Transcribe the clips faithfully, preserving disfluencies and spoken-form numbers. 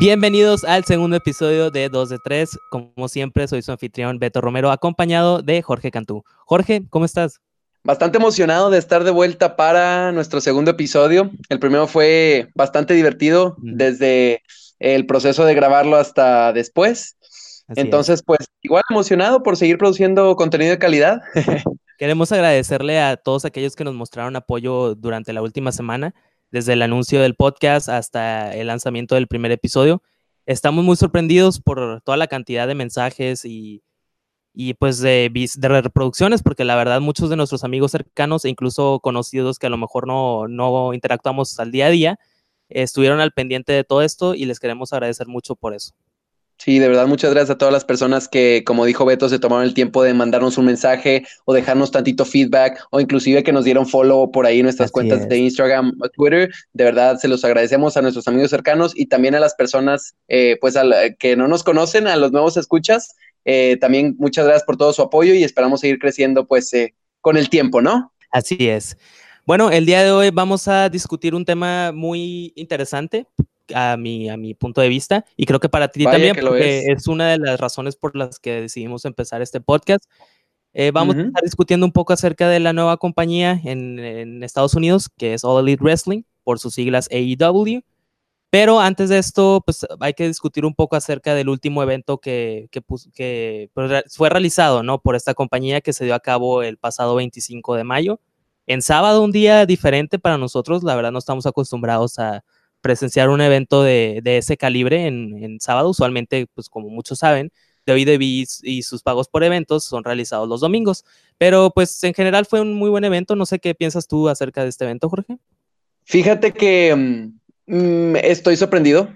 Bienvenidos al segundo episodio de dos de tres. Como siempre, soy su anfitrión Beto Romero, acompañado de Jorge Cantú. Jorge, ¿cómo estás? Bastante emocionado de estar de vuelta para nuestro segundo episodio. El primero fue bastante divertido Ujú. desde el proceso de grabarlo hasta después. Así es. Entonces, pues igual emocionado por seguir produciendo contenido de calidad. Queremos agradecerle a todos aquellos que nos mostraron apoyo durante la última semana, desde el anuncio del podcast hasta el lanzamiento del primer episodio. Estamos muy sorprendidos por toda la cantidad de mensajes y, y pues de, vis- de reproducciones, porque la verdad muchos de nuestros amigos cercanos e incluso conocidos que a lo mejor no, no interactuamos al día a día, eh, estuvieron al pendiente de todo esto y les queremos agradecer mucho por eso. Sí, de verdad, muchas gracias a todas las personas que, como dijo Beto, se tomaron el tiempo de mandarnos un mensaje o dejarnos tantito feedback o inclusive que nos dieron follow por ahí en nuestras Así cuentas de es. Instagram o Twitter. De verdad, se los agradecemos a nuestros amigos cercanos y también a las personas eh, pues a la, que no nos conocen, a los nuevos escuchas. Eh, también muchas gracias por todo su apoyo y esperamos seguir creciendo pues eh, con el tiempo, ¿no? Así es. Bueno, el día de hoy vamos a discutir un tema muy interesante a mi, a mi punto de vista y creo que para ti Vaya también, que lo porque es. es una de las razones por las que decidimos empezar este podcast. Eh, vamos a Ujú. estar discutiendo un poco acerca de la nueva compañía en, en Estados Unidos, que es All Elite Wrestling, por sus siglas A E W. Pero antes de esto, pues hay que discutir un poco acerca del último evento que, que, pus- que, pues, re- fue realizado, ¿no? Por esta compañía que se dio a cabo el pasado veinticinco de mayo. En sábado, un día diferente para nosotros. La verdad, no estamos acostumbrados a presenciar un evento de, de ese calibre en, en sábado. Usualmente, pues como muchos saben, W W E y, y sus pagos por eventos son realizados los domingos. Pero pues en general fue un muy buen evento. No sé qué piensas tú acerca de este evento, Jorge. Fíjate que mm, mm, estoy sorprendido.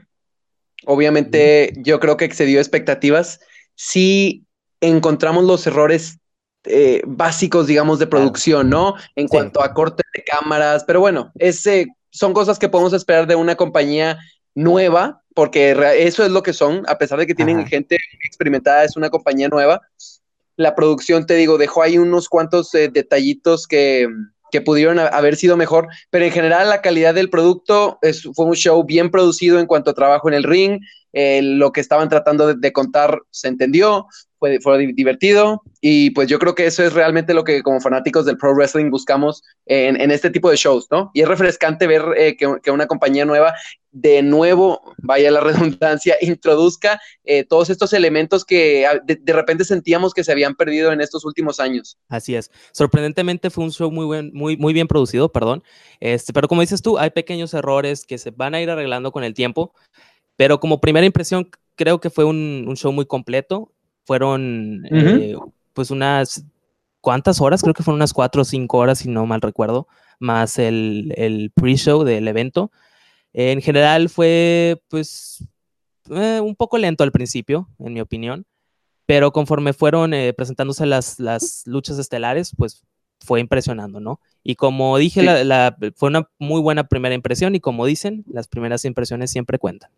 Ujú. Obviamente, yo creo que excedió expectativas. Sí encontramos los errores eh, básicos, digamos, de Claro. producción, ¿no? En Sí. cuanto a corte de cámaras, pero bueno, ese, son cosas que podemos esperar de una compañía nueva, porque re- eso es lo que son, a pesar de que tienen Ajá. gente experimentada, es una compañía nueva. La producción, te digo, dejó ahí unos cuantos eh, detallitos que, que pudieron a- haber sido mejor, pero en general la calidad del producto es, fue un show bien producido en cuanto a trabajo en el ring, eh, lo que estaban tratando de, de contar se entendió, fue, fue divertido y pues yo creo que eso es realmente lo que como fanáticos del pro wrestling buscamos en, en este tipo de shows, ¿no? Y es refrescante ver eh, que, que una compañía nueva de nuevo, vaya la redundancia, introduzca eh, todos estos elementos que de, de, repente sentíamos que se habían perdido en estos últimos años. Así es. Sorprendentemente fue un show muy, buen, muy, muy bien producido, perdón. Este, pero como dices tú, hay pequeños errores que se van a ir arreglando con el tiempo. Pero como primera impresión, creo que fue un, un show muy completo. Fueron Uh eh, -huh. pues unas cuantas horas, creo que fueron unas cuatro o cinco horas, si no mal recuerdo, más el, el pre-show del evento. En general fue pues eh, un poco lento al principio, en mi opinión, pero conforme fueron eh, presentándose las, las luchas estelares, pues fue impresionando, ¿no? Y como dije, Sí. la, la, fue una muy buena primera impresión y como dicen, las primeras impresiones siempre cuentan.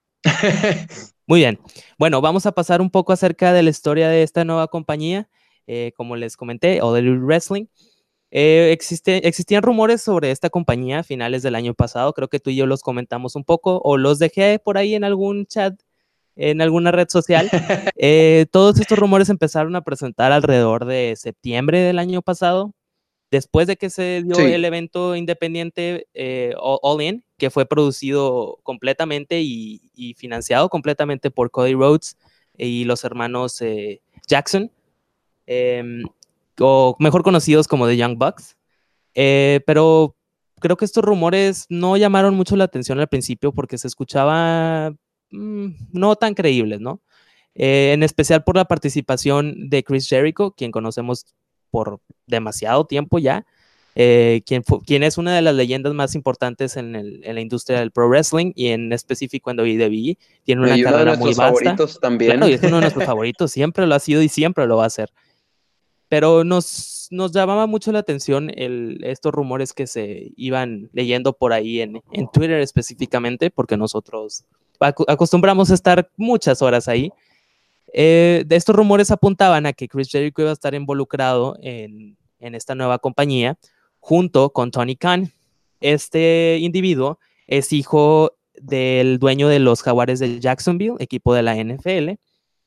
Muy bien, bueno, vamos a pasar un poco acerca de la historia de esta nueva compañía. Eh, como les comenté, All Elite Wrestling. Eh, existe, existían rumores sobre esta compañía a finales del año pasado, creo que tú y yo los comentamos un poco, o los dejé por ahí en algún chat, en alguna red social. Eh, todos estos rumores empezaron a presentar alrededor de septiembre del año pasado, después de que se dio Sí. el evento independiente eh, All In, que fue producido completamente y, y, financiado completamente por Cody Rhodes y los hermanos eh, Jackson, eh, o mejor conocidos como The Young Bucks. Eh, pero creo que estos rumores no llamaron mucho la atención al principio porque se escuchaba mmm, no tan creíbles, ¿no? Eh, en especial por la participación de Chris Jericho, quien conocemos por demasiado tiempo ya, eh, quien, fue, quien es una de las leyendas más importantes en, el, en la industria del pro wrestling y en específico en W W E. Tiene una Y uno de carrera muy nuestros vasta. favoritos Claro, también. y es uno de nuestros favoritos, siempre lo ha sido y siempre lo va a ser. Pero nos, nos llamaba mucho la atención el, estos rumores que se iban leyendo por ahí en, en Twitter específicamente, porque nosotros ac acostumbramos a estar muchas horas ahí. Eh, de estos rumores apuntaban a que Chris Jericho iba a estar involucrado en, en esta nueva compañía junto con Tony Khan. Este individuo es hijo del dueño de los Jaguares de Jacksonville, equipo de la N F L.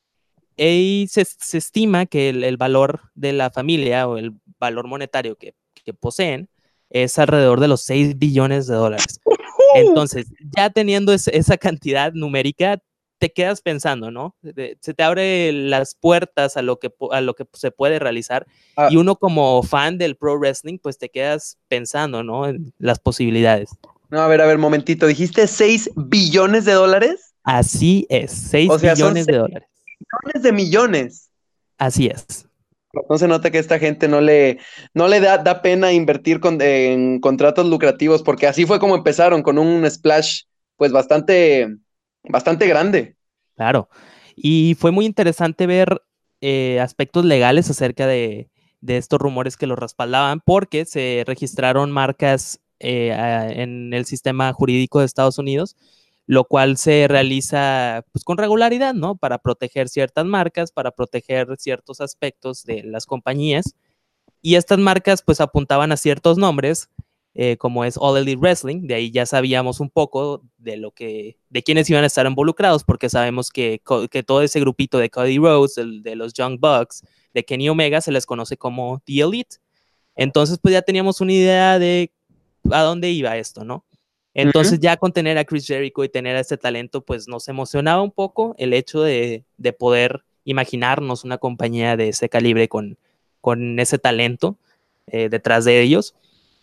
Y se, se estima que el, el valor de la familia o el valor monetario que, que poseen es alrededor de los seis billones de dólares. Entonces, ya teniendo es, esa cantidad numérica, te quedas pensando, ¿no? Se te abren las puertas a lo que, a lo que se puede realizar. Ah. Y uno como fan del pro wrestling, pues te quedas pensando, ¿no? En las posibilidades. No, a ver, a ver, momentito. ¿Dijiste seis billones de dólares? Así es, seis o sea, billones son de dólares. Millones de millones. Así es. No se nota que esta gente no le, no le da, da pena invertir con, en contratos lucrativos, porque así fue como empezaron, con un splash pues bastante, bastante grande. Claro, y fue muy interesante ver eh, aspectos legales acerca de, de estos rumores que los respaldaban, porque se registraron marcas eh, a, en el sistema jurídico de Estados Unidos, lo cual se realiza pues, con regularidad, ¿no? Para proteger ciertas marcas, para proteger ciertos aspectos de las compañías. Y estas marcas pues apuntaban a ciertos nombres, eh, como es All Elite Wrestling. De ahí ya sabíamos un poco de lo que, de quiénes iban a estar involucrados, porque sabemos que, que todo ese grupito de Cody Rhodes, de, de los Young Bucks, de Kenny Omega, se les conoce como The Elite. Entonces pues ya teníamos una idea de a dónde iba esto, ¿no? Entonces uh-huh. ya con tener a Chris Jericho y tener a este talento, pues nos emocionaba un poco el hecho de, de poder imaginarnos una compañía de ese calibre con, con ese talento eh, detrás de ellos.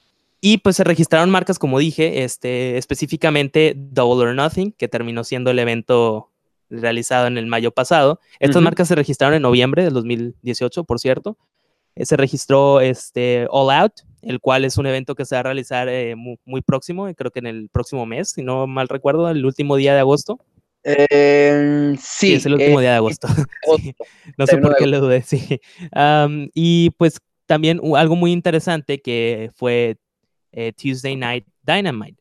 Y pues se registraron marcas, como dije, este, específicamente Double or Nothing, que terminó siendo el evento realizado en el mayo pasado. Estas uh-huh. marcas se registraron en noviembre del dos mil dieciocho, por cierto. Se registró este All Out, el cual es un evento que se va a realizar eh, muy, muy próximo, creo que en el próximo mes, si no mal recuerdo, el último día de agosto. Eh, sí, sí, es el último eh, día de agosto. sí. No sé por qué lo dudé, sí. Um, y pues también uh, algo muy interesante que fue eh, Tuesday Night Dynamite.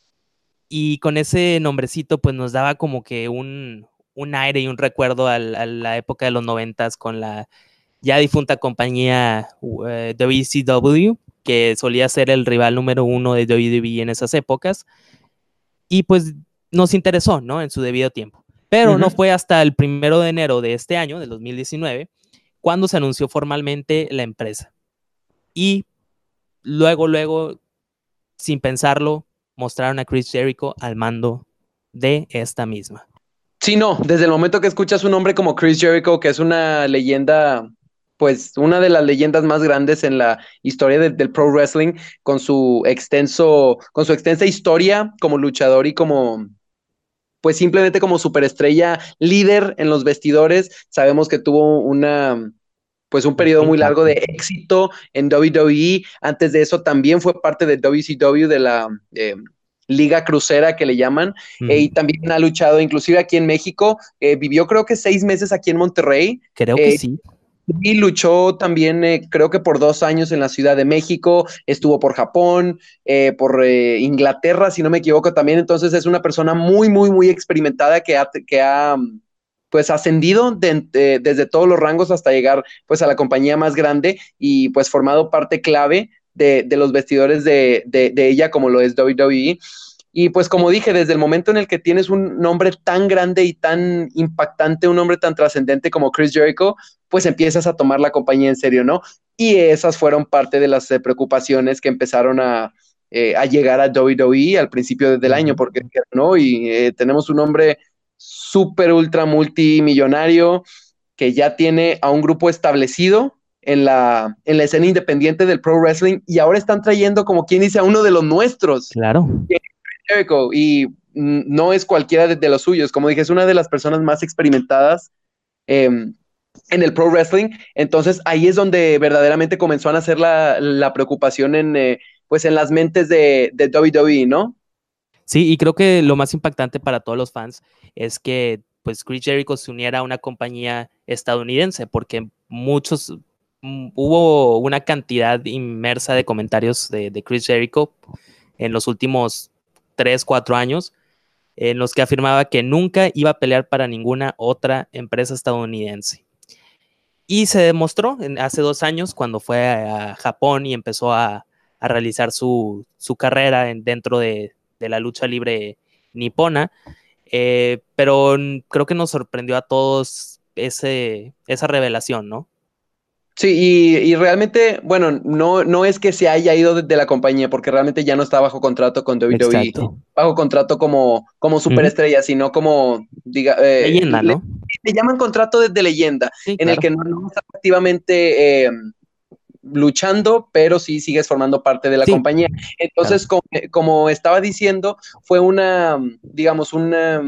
Y con ese nombrecito pues nos daba como que un, un aire y un recuerdo al, a la época de los noventas con la ya difunta compañía uh, W C W, que solía ser el rival número uno de W W E en esas épocas, y pues nos interesó, ¿no? En su debido tiempo. Pero uh-huh. no fue hasta el primero de enero de este año, del dos mil diecinueve, cuando se anunció formalmente la empresa. Y luego, luego, sin pensarlo, mostraron a Chris Jericho al mando de esta misma. Sí, no, desde el momento que escuchas un nombre como Chris Jericho, que es una leyenda, pues una de las leyendas más grandes en la historia de, del pro wrestling, con su extenso, con su extensa historia como luchador y como, pues simplemente como superestrella líder en los vestidores. Sabemos que tuvo una, pues un periodo muy largo de éxito en W W E. Antes de eso también fue parte de W C W, de la eh, Liga Crucera que le llaman, uh-huh. eh, y también ha luchado inclusive aquí en México. Eh, vivió creo que seis meses aquí en Monterrey. Creo eh, que sí. Y luchó también, eh, creo que por dos años en la Ciudad de México, estuvo por Japón, eh, por eh, Inglaterra, si no me equivoco también. Entonces es una persona muy, muy, muy experimentada que ha, que ha pues ascendido de, de, desde todos los rangos hasta llegar pues a la compañía más grande y pues formado parte clave de, de los vestidores de, de, de ella, como lo es W W E. Y pues como dije, desde el momento en el que tienes un nombre tan grande y tan impactante, un nombre tan trascendente como Chris Jericho, pues empiezas a tomar la compañía en serio, ¿no? Y esas fueron parte de las eh, preocupaciones que empezaron a, eh, a llegar a W W E al principio del año, porque no, y eh, tenemos un hombre súper ultra multimillonario que ya tiene a un grupo establecido en la, en la escena independiente del pro wrestling, y ahora están trayendo, como quien dice, a uno de los nuestros. Claro. Jericho, y no es cualquiera de, de los suyos. Como dije, es una de las personas más experimentadas eh, en el pro wrestling. Entonces ahí es donde verdaderamente comenzó a nacer la, la preocupación en, eh, pues en las mentes de, de W W E, ¿no? Sí, y creo que lo más impactante para todos los fans es que pues Chris Jericho se uniera a una compañía estadounidense, porque muchos, um, hubo una cantidad inmersa de comentarios de, de Chris Jericho en los últimos tres, cuatro años, en los que afirmaba que nunca iba a pelear para ninguna otra empresa estadounidense. Y se demostró en, hace dos años cuando fue a, a Japón y empezó a, a realizar su, su carrera en, dentro de, de la lucha libre nipona, eh, pero creo que nos sorprendió a todos ese, esa revelación, ¿no? Sí, y, y realmente, bueno, no, no es que se haya ido de, de la compañía, porque realmente ya no está bajo contrato con W W E, Exacto. bajo contrato como, como Ujú. superestrella, sino como, diga, eh, Leyenda, le, ¿no? le llaman contrato de, de leyenda, Sí, en el claro. que no, no está activamente eh, luchando, pero sí sigues formando parte de la Sí, compañía. claro. Entonces, como, como estaba diciendo, fue una, digamos, una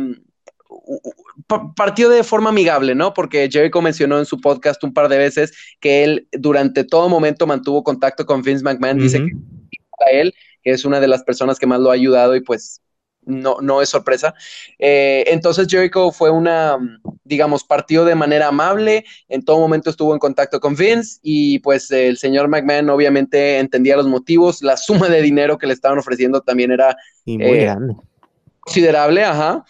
partió de forma amigable, ¿no? Porque Jericho mencionó en su podcast un par de veces que él durante todo momento mantuvo contacto con Vince McMahon. Uh-huh. Dice que a él, que es una de las personas que más lo ha ayudado y pues no, no es sorpresa. Eh, entonces Jericho fue una, digamos, partió de manera amable, en todo momento estuvo en contacto con Vince y pues el señor McMahon obviamente entendía los motivos, la suma de dinero que le estaban ofreciendo también era y muy eh, grande. Considerable, ajá.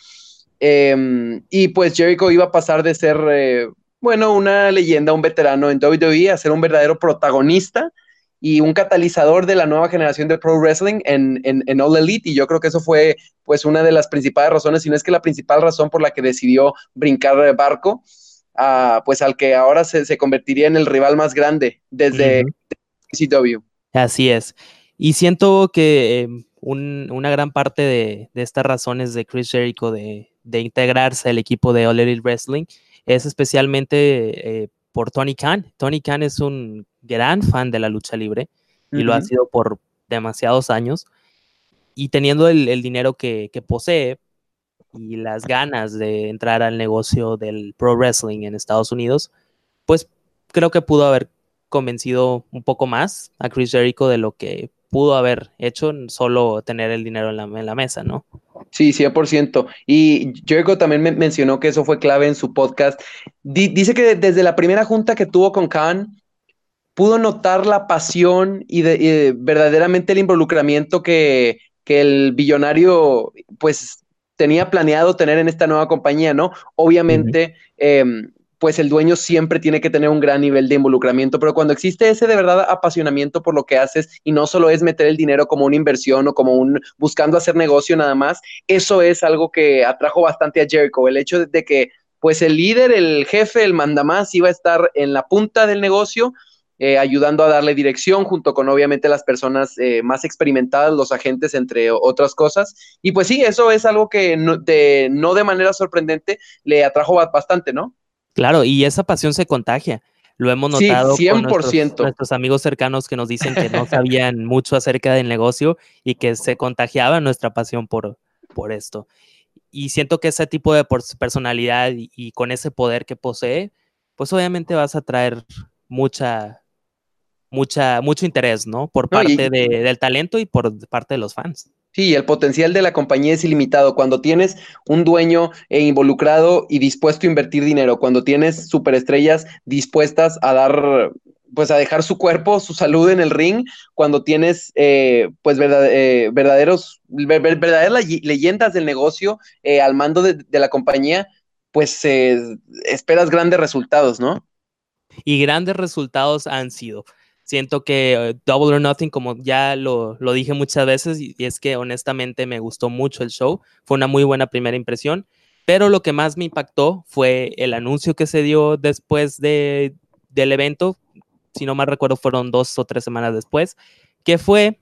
Eh, y pues Jericho iba a pasar de ser, eh, bueno, una leyenda, un veterano en W W E a ser un verdadero protagonista y un catalizador de la nueva generación de Pro Wrestling en, en, en All Elite. Y yo creo que eso fue pues una de las principales razones, si no es que la principal razón por la que decidió brincar barco, a, pues al que ahora se, se convertiría en el rival más grande desde Uh-huh. C W. Así es. Y siento que eh, un, una gran parte de, de estas razones de Chris Jericho de, de integrarse al equipo de All Elite Wrestling es especialmente eh, por Tony Khan. Tony Khan es un gran fan de la lucha libre y uh-huh. lo ha sido por demasiados años. Y teniendo el, el dinero que, que posee y las ganas de entrar al negocio del pro wrestling en Estados Unidos, pues creo que pudo haber convencido un poco más a Chris Jericho de lo que pudo haber hecho solo tener el dinero en la, en la mesa, ¿no? Sí, cien por ciento. Y Jericho también me mencionó que eso fue clave en su podcast. D- dice que desde la primera junta que tuvo con Khan, pudo notar la pasión y, de, y de verdaderamente el involucramiento que, que el billonario pues tenía planeado tener en esta nueva compañía, ¿no? Obviamente, uh-huh. eh, pues el dueño siempre tiene que tener un gran nivel de involucramiento, pero cuando existe ese de verdad apasionamiento por lo que haces y no solo es meter el dinero como una inversión o como un buscando hacer negocio nada más, eso es algo que atrajo bastante a Jericho, el hecho de, de que pues el líder, el jefe, el mandamás iba a estar en la punta del negocio, Eh, ayudando a darle dirección junto con obviamente las personas eh, más experimentadas, los agentes, entre otras cosas. Y pues sí, eso es algo que no de, no de manera sorprendente le atrajo bastante, ¿no? Claro, y esa pasión se contagia. Lo hemos notado sí, con nuestros, nuestros amigos cercanos que nos dicen que no sabían mucho acerca del negocio y que se contagiaba nuestra pasión por, por esto. Y siento que ese tipo de personalidad y, y con ese poder que posee, pues obviamente vas a traer mucha, mucha, mucho interés, ¿no? Por parte no, y, de, del talento y por parte de los fans. Sí, el potencial de la compañía es ilimitado. Cuando tienes un dueño eh, involucrado y dispuesto a invertir dinero, cuando tienes superestrellas dispuestas a dar, pues a dejar su cuerpo, su salud en el ring, cuando tienes, eh, pues, verdad, eh, verdaderos, ver, verdaderas leyendas del negocio eh, al mando de, de, la compañía, pues eh, esperas grandes resultados, ¿no? Y grandes resultados han sido. Siento que uh, Double or Nothing, como ya lo, lo dije muchas veces, y, y es que honestamente me gustó mucho el show. Fue una muy buena primera impresión, pero lo que más me impactó fue el anuncio que se dio después de, del evento. Si no mal recuerdo, fueron dos o tres semanas después, que fue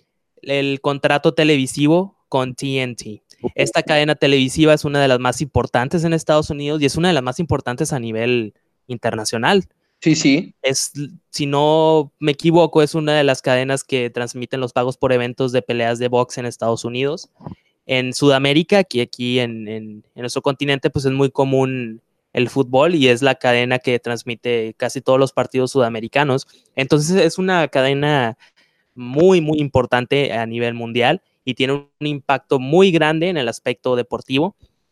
el contrato televisivo con T N T. Esta cadena televisiva es una de las más importantes en Estados Unidos y es una de las más importantes a nivel internacional. Sí, sí. Es, si no me equivoco, es una de las cadenas que transmiten los pagos por eventos de peleas de box en Estados Unidos. En Sudamérica, aquí, aquí en, en, en nuestro continente, pues es muy común el fútbol y es la cadena que transmite casi todos los partidos sudamericanos. Entonces es una cadena muy, muy importante a nivel mundial y tiene un impacto muy grande en el aspecto deportivo.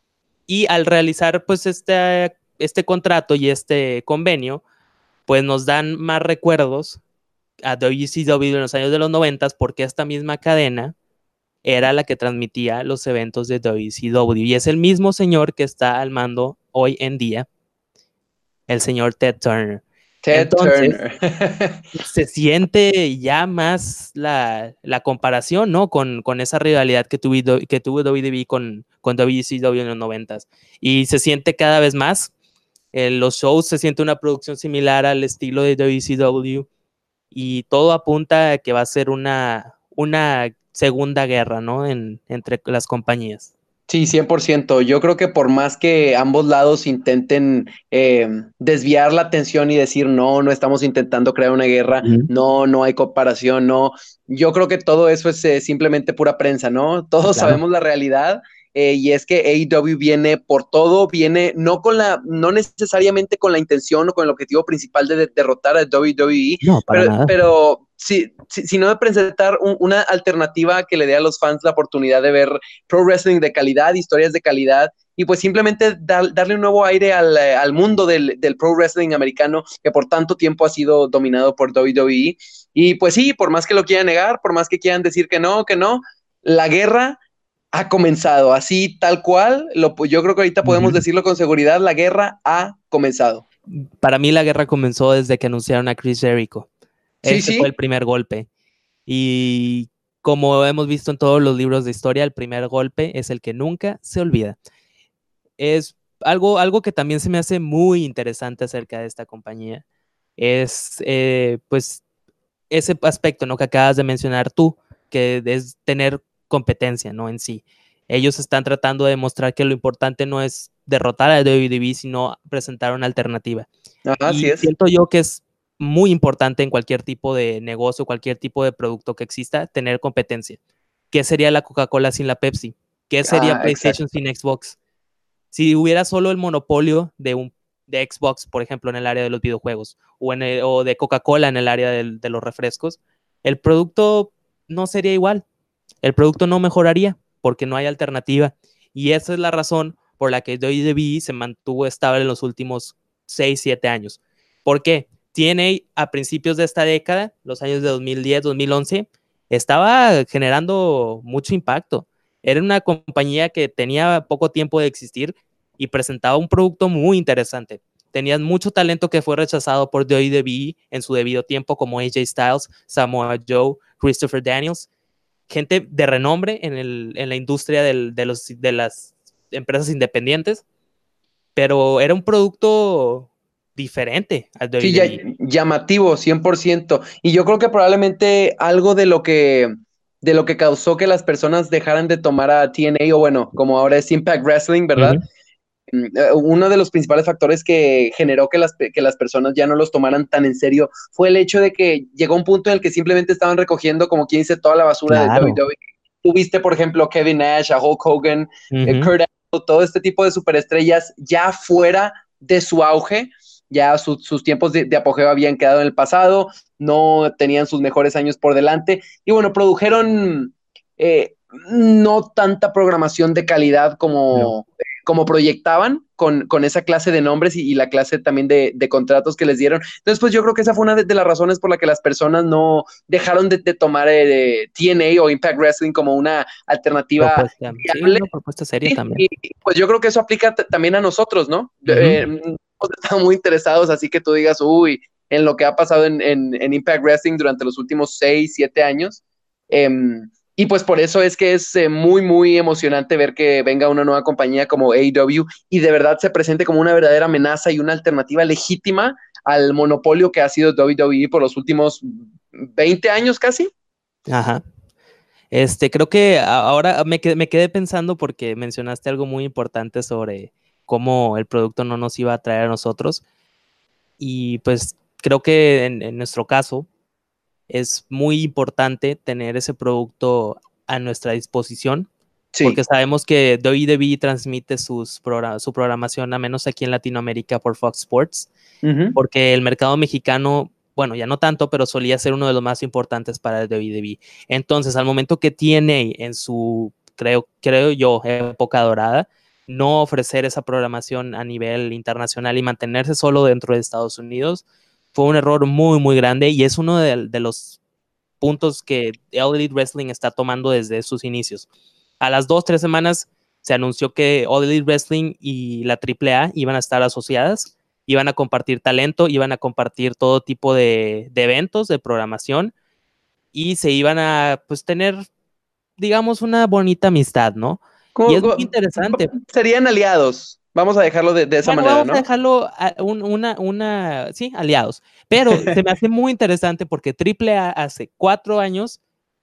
Y al realizar pues este, este contrato y este convenio, pues nos dan más recuerdos a W C W en los años de los noventas, porque esta misma cadena era la que transmitía los eventos de W C W y es el mismo señor que está al mando hoy en día, el señor Ted Turner. Ted Entonces, Turner. se siente ya más la, la comparación, ¿no? Con, con esa rivalidad que, tuvo, que tuvo W W E con, con W C W en los noventas. Y se siente cada vez más. En los shows se siente una producción similar al estilo de W C W. Y todo apunta a que va a ser una, una segunda guerra, ¿no? En, entre las compañías. Sí, cien por ciento. Yo creo que por más que ambos lados intenten eh, desviar la atención y decir, no, no estamos intentando crear una guerra, Uh-huh. no, no hay comparación, no. Yo creo que todo eso es eh, simplemente pura prensa, ¿no? Todos Claro. sabemos la realidad. Eh, y es que A E W viene por todo, viene no con la, no necesariamente con la intención o con el objetivo principal de, de derrotar a W W E, No, para pero, nada. pero sí, sí, sino de presentar un, una alternativa que le dé a los fans la oportunidad de ver pro wrestling de calidad, historias de calidad, y pues simplemente dar, darle un nuevo aire al, al mundo del, del pro wrestling americano que por tanto tiempo ha sido dominado por W W E. Y pues sí, por más que lo quieran negar, por más que quieran decir que no, que no, la guerra ha comenzado, así tal cual, lo, yo creo que ahorita podemos Uh-huh. decirlo con seguridad, la guerra ha comenzado. Para mí la guerra comenzó desde que anunciaron a Chris Jericho. Sí, Ese fue el sí. primer golpe. Y como hemos visto en todos los libros de historia, el primer golpe es el que nunca se olvida. Es algo, algo que también se me hace muy interesante acerca de esta compañía. Es, eh, pues, ese aspecto, ¿no? Que acabas de mencionar tú, que es tener competencia, ¿no? En sí. Ellos están tratando de demostrar que lo importante no es derrotar a W W E, sino presentar una alternativa. Ajá, así Y es. siento yo que es muy importante en cualquier tipo de negocio, cualquier tipo de producto que exista, tener competencia. ¿Qué sería la Coca-Cola sin la Pepsi? ¿Qué sería Ah, PlayStation exacto. sin Xbox? Si hubiera solo el monopolio de, un, de Xbox, por ejemplo, en el área de los videojuegos, o, en el, o de Coca-Cola en el área de, de los refrescos, el producto no sería igual. El producto no mejoraría porque no hay alternativa. Y esa es la razón por la que W W E se mantuvo estable en los últimos seis, siete años. ¿Por qué? T N A a principios de esta década, los años de dos mil diez, dos mil once, estaba generando mucho impacto. Era una compañía que tenía poco tiempo de existir y presentaba un producto muy interesante. Tenían mucho talento que fue rechazado por W W E en su debido tiempo, como A J Styles, Samoa Joe, Christopher Daniels, gente de renombre en, el, en la industria del, de, los, de las empresas independientes, pero era un producto diferente al Sí, ya, W W E. llamativo, cien por ciento. Y yo creo que probablemente algo de lo que, de lo que causó que las personas dejaran de tomar a T N A, o bueno, como ahora es Impact Wrestling, ¿verdad? Uh-huh. Uno de los principales factores que generó que las, que las personas ya no los tomaran tan en serio fue el hecho de que llegó un punto en el que simplemente estaban recogiendo, como quien dice, toda la basura de Claro. W W E. Tuviste, por ejemplo, a Kevin Nash, a Hulk Hogan, Uh-huh. eh, Kurt Angle, todo este tipo de superestrellas ya fuera de su auge, ya su, sus tiempos de, de apogeo habían quedado en el pasado, no tenían sus mejores años por delante, y bueno, produjeron eh, no tanta programación de calidad como... No. como proyectaban con, con esa clase de nombres y, y la clase también de, de, contratos que les dieron. Entonces, pues yo creo que esa fue una de, de las razones por la que las personas no dejaron de, de tomar eh, T N A o Impact Wrestling como una alternativa Propuesta. Sí, viable. una propuesta seria Y, también. y pues yo creo que eso aplica también a nosotros, ¿no? Uh-huh. Eh, hemos estado muy interesados, así que tú digas, uy, en lo que ha pasado en, en, en Impact Wrestling durante los últimos seis, siete años. Eh, Y pues por eso es que es eh, muy, muy emocionante ver que venga una nueva compañía como A E W y de verdad se presente como una verdadera amenaza y una alternativa legítima al monopolio que ha sido W W E por los últimos veinte años casi. Ajá. Este, creo que ahora me quedé, me quedé pensando porque mencionaste algo muy importante sobre cómo el producto no nos iba a traer a nosotros. Y pues creo que en, en nuestro caso es muy importante tener ese producto a nuestra disposición, Sí. porque sabemos que W W E transmite sus progr- su programación, a menos aquí en Latinoamérica, por Fox Sports, Uh-huh. porque el mercado mexicano, bueno, ya no tanto, pero solía ser uno de los más importantes para el W W E. Entonces, al momento que T N A en su, creo, creo yo, época dorada, no ofrecer esa programación a nivel internacional y mantenerse solo dentro de Estados Unidos, fue un error muy, muy grande y es uno de, de los puntos que All Elite Wrestling está tomando desde sus inicios. A las dos, tres semanas se anunció que All Elite Wrestling y la triple A iban a estar asociadas iban a compartir talento, iban a compartir todo tipo de, de eventos, de programación, y se iban a, pues, tener, digamos, una bonita amistad, ¿no? Y ¿Cómo- es muy cómo- interesante. Serían aliados. Vamos a dejarlo de, de esa Bueno, manera, vamos a ¿no? dejarlo a un- una, una, sí, aliados. Pero se me hace muy interesante porque Triple A hace cuatro años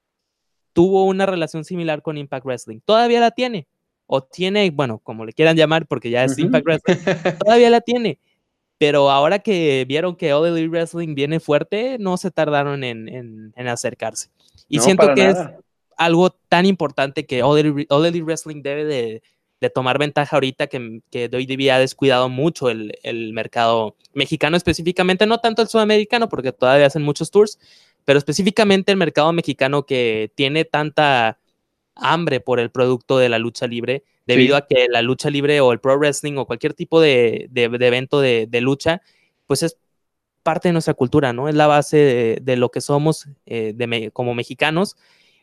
tuvo una relación similar con Impact Wrestling. Todavía la tiene. O tiene, bueno, como le quieran llamar, porque ya es Ujú. Impact Wrestling. Todavía la tiene. Pero ahora que vieron que All Elite Wrestling viene fuerte, no se tardaron en, en, en acercarse. Y No, siento para que es nada. algo tan importante que All Elite, All Elite Wrestling debe de, de tomar ventaja ahorita, que, que W W E ha descuidado mucho el, el mercado mexicano específicamente, no tanto el sudamericano, porque todavía hacen muchos tours, pero específicamente el mercado mexicano, que tiene tanta hambre por el producto de la lucha libre, debido Sí. a que la lucha libre o el pro wrestling o cualquier tipo de, de, de evento de, de, lucha, pues es parte de nuestra cultura, ¿no? Es la base de, de lo que somos eh, de me, como mexicanos.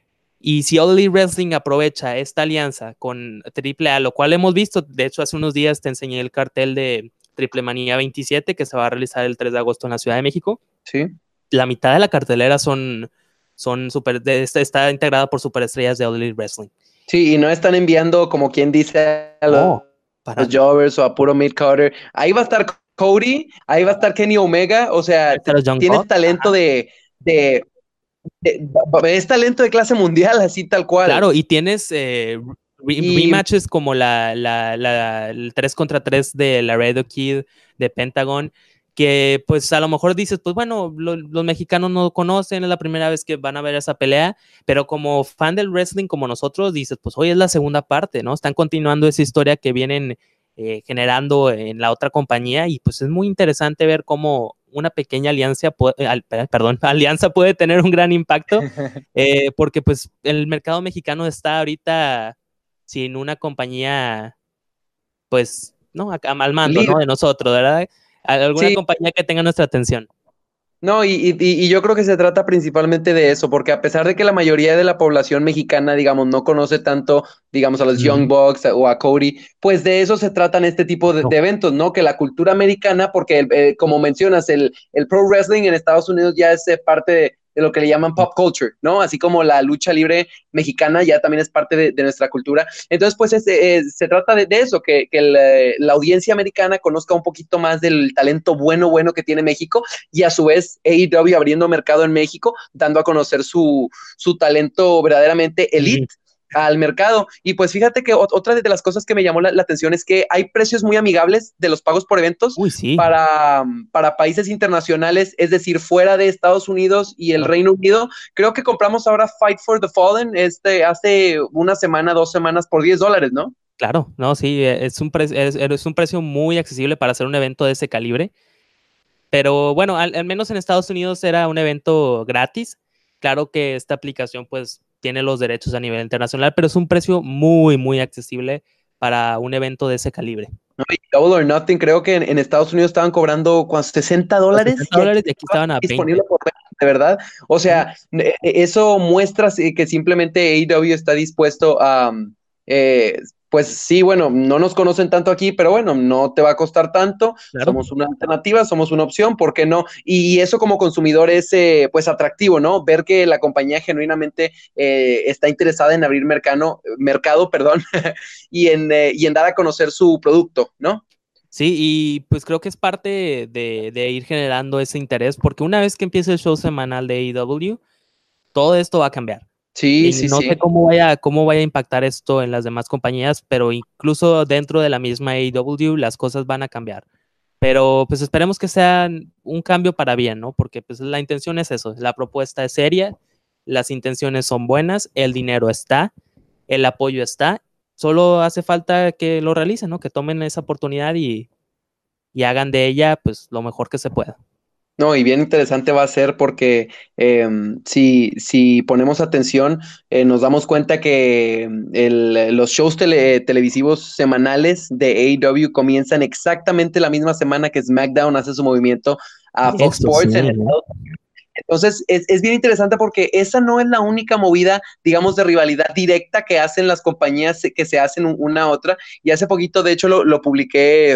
Y si All Elite Wrestling aprovecha esta alianza con Triple A, lo cual hemos visto, de hecho hace unos días te enseñé el cartel de Triple Manía veintisiete, que se va a realizar el tres de agosto en la Ciudad de México. Sí. La mitad de la cartelera son, son super, de, está, está integrada por superestrellas de All Elite Wrestling. Sí, y no están enviando, como quien dice, a los, No, para los Jobbers o a puro Mid Carter. Ahí va a estar Cody, ahí va a estar Kenny Omega, o sea, hasta los Young tienes Bucks. talento de, de, de, de- es talento de clase mundial, así tal cual. Claro, y tienes eh, re Y rematches como la, la, la, el tres contra tres de Laredo Kid, de Pentagon, que pues a lo mejor dices, pues bueno, lo, los mexicanos no conocen, es la primera vez que van a ver esa pelea, pero como fan del wrestling como nosotros, dices, pues hoy es la segunda parte, ¿no? Están continuando esa historia que vienen eh, generando en la otra compañía, y pues es muy interesante ver cómo una pequeña alianza, puede, al, perdón, alianza puede tener un gran impacto, eh, porque pues el mercado mexicano está ahorita sin una compañía, pues, ¿no? Acá, al mando, ¿no? líder, De nosotros, ¿verdad? Alguna sí. compañía que tenga nuestra atención. No, y, y, y yo creo que se trata principalmente de eso, porque a pesar de que la mayoría de la población mexicana, digamos, no conoce tanto, digamos, a los Young Mm, Bucks o a Cody, pues de eso se tratan este tipo de, claro, de eventos, ¿no? Que la cultura americana, porque eh, como mencionas, el, el pro wrestling en Estados Unidos ya es eh, parte de, de lo que le llaman pop culture, ¿no? Así como la lucha libre mexicana ya también es parte de, de nuestra cultura. Entonces, pues es, eh, se trata de, de eso, que, que la, la audiencia americana conozca un poquito más del talento bueno, bueno que tiene México, y a su vez A E W abriendo mercado en México, dando a conocer su, su talento verdaderamente elite mm, al mercado. Y pues fíjate que otra de las cosas que me llamó la, la atención es que hay precios muy amigables de los pagos por eventos uy, sí, para, para países internacionales, es decir, fuera de Estados Unidos y el claro, Reino Unido. Creo que compramos ahora Fight for the Fallen este, hace una semana, dos semanas por diez dólares, ¿no? claro, no, sí, es un, pre es, es un precio muy accesible para hacer un evento de ese calibre, pero bueno, al, al menos en Estados Unidos era un evento gratis. Claro que esta aplicación pues tiene los derechos a nivel internacional, pero es un precio muy, muy accesible para un evento de ese calibre. ¿No? Y Double or Nothing, creo que en, en Estados Unidos estaban cobrando ¿cuánto? sesenta Los dólares sesenta y aquí dólares y aquí estaba estaban a disponible veinte. por veinte, de verdad. O Ujú. sea, eh, eso muestra sí, que simplemente A E W está dispuesto a, eh, pues sí, bueno, no nos conocen tanto aquí, pero bueno, no te va a costar tanto, Claro. somos una alternativa, somos una opción, ¿por qué no? Y eso como consumidor es eh, pues atractivo, ¿no? Ver que la compañía genuinamente eh, está interesada en abrir mercado, mercado, perdón, y en, eh, y en dar a conocer su producto, ¿no? Sí, y pues creo que es parte de, de ir generando ese interés, porque una vez que empiece el show semanal de A E W, todo esto va a cambiar. Sí, Y sí, no sé sí. cómo vaya, cómo vaya a impactar esto en las demás compañías, pero incluso dentro de la misma A E W las cosas van a cambiar. Pero pues esperemos que sea un cambio para bien, ¿no? Porque pues la intención es eso, la propuesta es seria, las intenciones son buenas, el dinero está, el apoyo está, solo hace falta que lo realicen, ¿no? Que tomen esa oportunidad y, y hagan de ella pues lo mejor que se pueda. No, y bien interesante va a ser porque eh, si, si ponemos atención, eh, nos damos cuenta que el- los shows tele- televisivos semanales de A E W comienzan exactamente la misma semana que SmackDown hace su movimiento a Fox Eso sí, Sports en ¿no? Estados Unidos. Entonces, es, es bien interesante porque esa no es la única movida, digamos, de rivalidad directa que hacen las compañías que se hacen una a otra. Y hace poquito, de hecho, lo, lo publiqué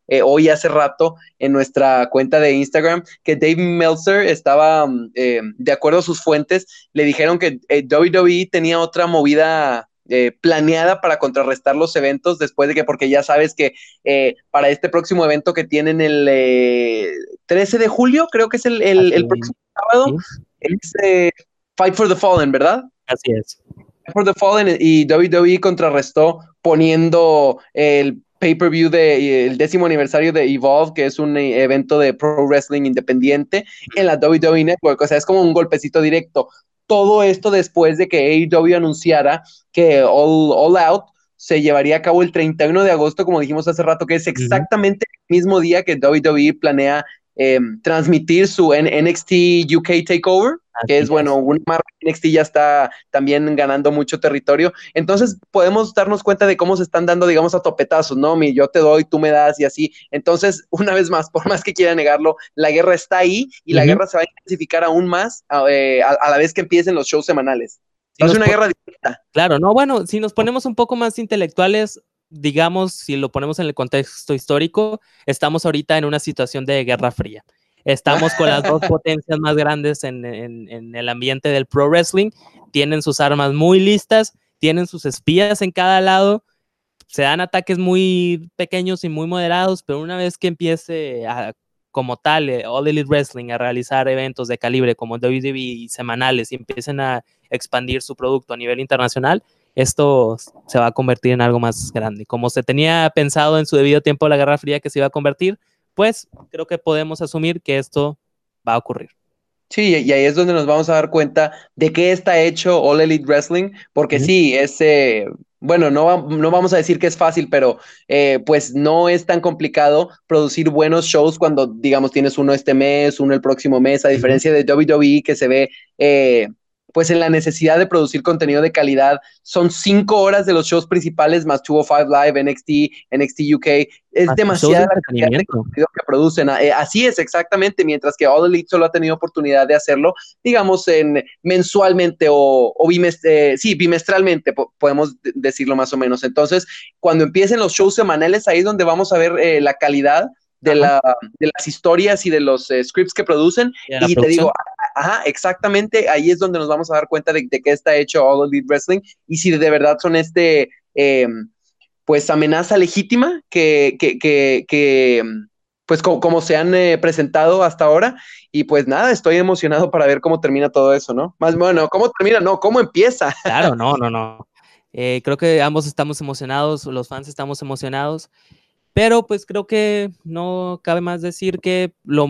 eh, hoy hace rato en nuestra cuenta de Instagram que Dave Meltzer estaba, eh, de acuerdo a sus fuentes, le dijeron que eh, W W E tenía otra movida eh, planeada para contrarrestar los eventos después de que, porque ya sabes que eh, para este próximo evento que tienen el eh, trece de julio, creo que es el, el, el próximo sábado, ¿sí? es eh, Fight for the Fallen, ¿verdad? Así es. Fight for the Fallen, y W W E contrarrestó poniendo el pay-per-view del décimo aniversario de Evolve, que es un evento de pro wrestling independiente, en la W W E Network. O sea, es como un golpecito directo. Todo esto después de que A E W anunciara que All, All Out se llevaría a cabo el treinta y uno de agosto, como dijimos hace rato, que es exactamente uh-huh. el mismo día que W W E planea eh, transmitir su N X T U K Takeover, Así que es, es, bueno, una marca N X T ya está también ganando mucho territorio. Entonces podemos darnos cuenta de cómo se están dando, digamos, a topetazos, ¿no? Mi, yo te doy, tú me das y así. Entonces, una vez más, por más que quiera negarlo, la guerra está ahí y uh-huh. la guerra se va a intensificar aún más eh, a, a la vez que empiecen los shows semanales. Si no es una pon- guerra directa. Claro, no, bueno, si nos ponemos un poco más intelectuales, digamos, si lo ponemos en el contexto histórico, estamos ahorita en una situación de guerra fría. Estamos con las dos potencias más grandes en, en, en el ambiente del pro wrestling, tienen sus armas muy listas, tienen sus espías en cada lado, se dan ataques muy pequeños y muy moderados, pero una vez que empiece a, como tal, All Elite Wrestling a realizar eventos de calibre como W W E semanales y empiecen a expandir su producto a nivel internacional, esto se va a convertir en algo más grande. Como se tenía pensado en su debido tiempo la Guerra Fría que se iba a convertir, pues creo que podemos asumir que esto va a ocurrir. Sí, y ahí es donde nos vamos a dar cuenta de qué está hecho All Elite Wrestling, porque uh-huh. sí, es, eh, bueno, no, va, no vamos a decir que es fácil, pero eh, pues no es tan complicado producir buenos shows cuando, digamos, tienes uno este mes, uno el próximo mes, a diferencia uh-huh. de W W E que se ve... Eh, pues en la necesidad de producir contenido de calidad. Son cinco horas de los shows principales más doscientos cinco Live, N X T, N X T U K. Es más demasiada la cantidad de contenido que producen. Eh, así es, exactamente, mientras que All Elite solo ha tenido oportunidad de hacerlo, digamos, en mensualmente o, o bimest eh, sí, bimestralmente, po podemos decirlo más o menos. Entonces, cuando empiecen los shows semanales, ahí es donde vamos a ver eh, la calidad de, la, de las historias y de los eh, scripts que producen. Y, y te digo, ajá, exactamente, ahí es donde nos vamos a dar cuenta de, de qué está hecho All Elite Wrestling y si de verdad son este, eh, pues, amenaza legítima que, que, que, que pues, como, como se han eh, presentado hasta ahora. Y pues nada, estoy emocionado para ver cómo termina todo eso, ¿no? Más bueno, ¿cómo termina? No, ¿cómo empieza? Claro, no, no, no. Eh, creo que ambos estamos emocionados, los fans estamos emocionados. Pero pues creo que no cabe más decir que lo,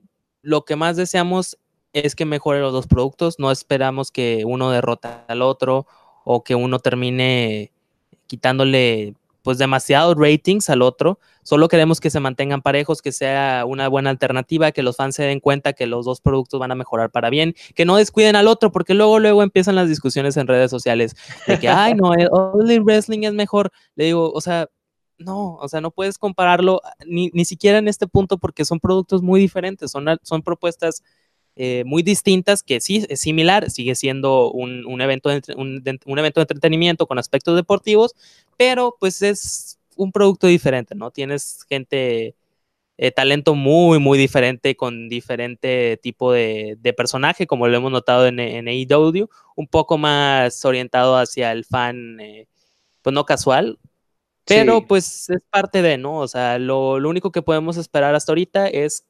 lo que más deseamos es que mejoren los dos productos. No esperamos que uno derrote al otro o que uno termine quitándole pues demasiados ratings al otro. Solo queremos que se mantengan parejos, que sea una buena alternativa, que los fans se den cuenta que los dos productos van a mejorar para bien, que no descuiden al otro, porque luego luego empiezan las discusiones en redes sociales de que, ay, no, el All Elite Wrestling es mejor. Le digo, o sea, no, o sea, no puedes compararlo ni, ni siquiera en este punto porque son productos muy diferentes, son, son propuestas eh, muy distintas que sí, es similar, sigue siendo un, un, evento de, un, de, un evento de entretenimiento con aspectos deportivos, pero pues es un producto diferente, ¿no? Tienes gente, eh, talento muy, muy diferente con diferente tipo de, de personaje, como lo hemos notado en, en A E W, un poco más orientado hacia el fan, eh, pues no casual. Pero sí, pues es parte de, ¿no? O sea, lo, lo único que podemos esperar hasta ahorita es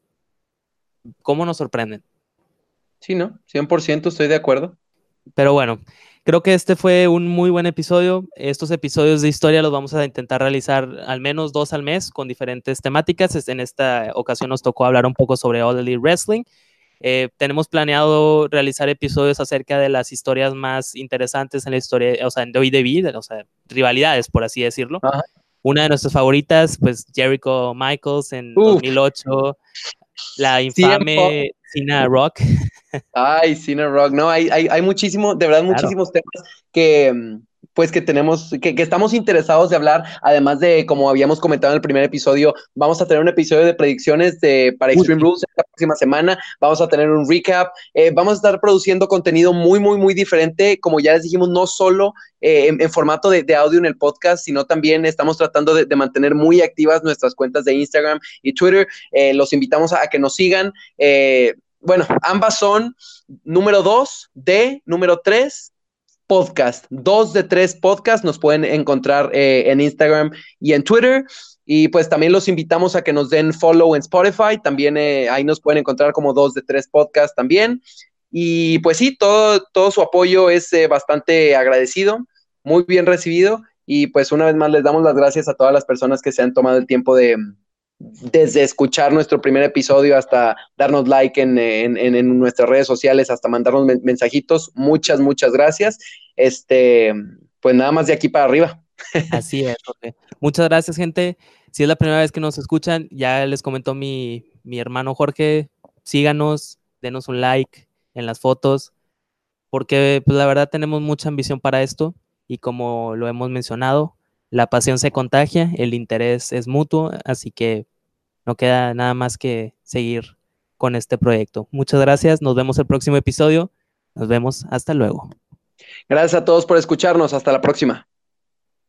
cómo nos sorprenden. Sí, ¿no? cien por ciento estoy de acuerdo. Pero bueno, creo que este fue un muy buen episodio. Estos episodios de historia los vamos a intentar realizar al menos dos al mes con diferentes temáticas. En esta ocasión nos tocó hablar un poco sobre All Elite Wrestling. Eh, tenemos planeado realizar episodios acerca de las historias más interesantes en la historia, o sea, en W W E, o sea, rivalidades, por así decirlo. Ajá. Una de nuestras favoritas, pues Jericho Michaels en Uf. dos mil ocho, la infame Cena Rock. Ay, Cena Rock, no, hay, hay, hay muchísimo, de verdad, claro. muchísimos temas que, pues que tenemos, que, que estamos interesados de hablar, además de, como habíamos comentado en el primer episodio, vamos a tener un episodio de predicciones de, para Extreme Uy. Rules esta próxima semana, vamos a tener un recap, eh, vamos a estar produciendo contenido muy, muy, muy diferente, como ya les dijimos, no solo eh, en, en, formato de, de audio en el podcast, sino también estamos tratando de, de mantener muy activas nuestras cuentas de Instagram y Twitter, eh, los invitamos a, a que nos sigan, eh, bueno, ambas son número dos de número tres, podcast, dos de tres podcasts nos pueden encontrar eh, en Instagram y en Twitter, y pues también los invitamos a que nos den follow en Spotify, también eh, ahí nos pueden encontrar como dos de tres podcasts también, y pues sí, todo, todo su apoyo es eh, bastante agradecido, muy bien recibido, y pues una vez más les damos las gracias a todas las personas que se han tomado el tiempo de, desde escuchar nuestro primer episodio hasta darnos like en, en, en nuestras redes sociales, hasta mandarnos mensajitos. Muchas, muchas gracias. Este, pues nada más de aquí para arriba. Así es, Jorge. Muchas gracias, gente. Si es la primera vez que nos escuchan, ya les comentó mi, mi hermano Jorge, síganos, denos un like en las fotos, porque pues, la verdad tenemos mucha ambición para esto y como lo hemos mencionado, la pasión se contagia, el interés es mutuo, así que no queda nada más que seguir con este proyecto. Muchas gracias, nos vemos el próximo episodio, nos vemos, hasta luego. Gracias a todos por escucharnos, hasta la próxima.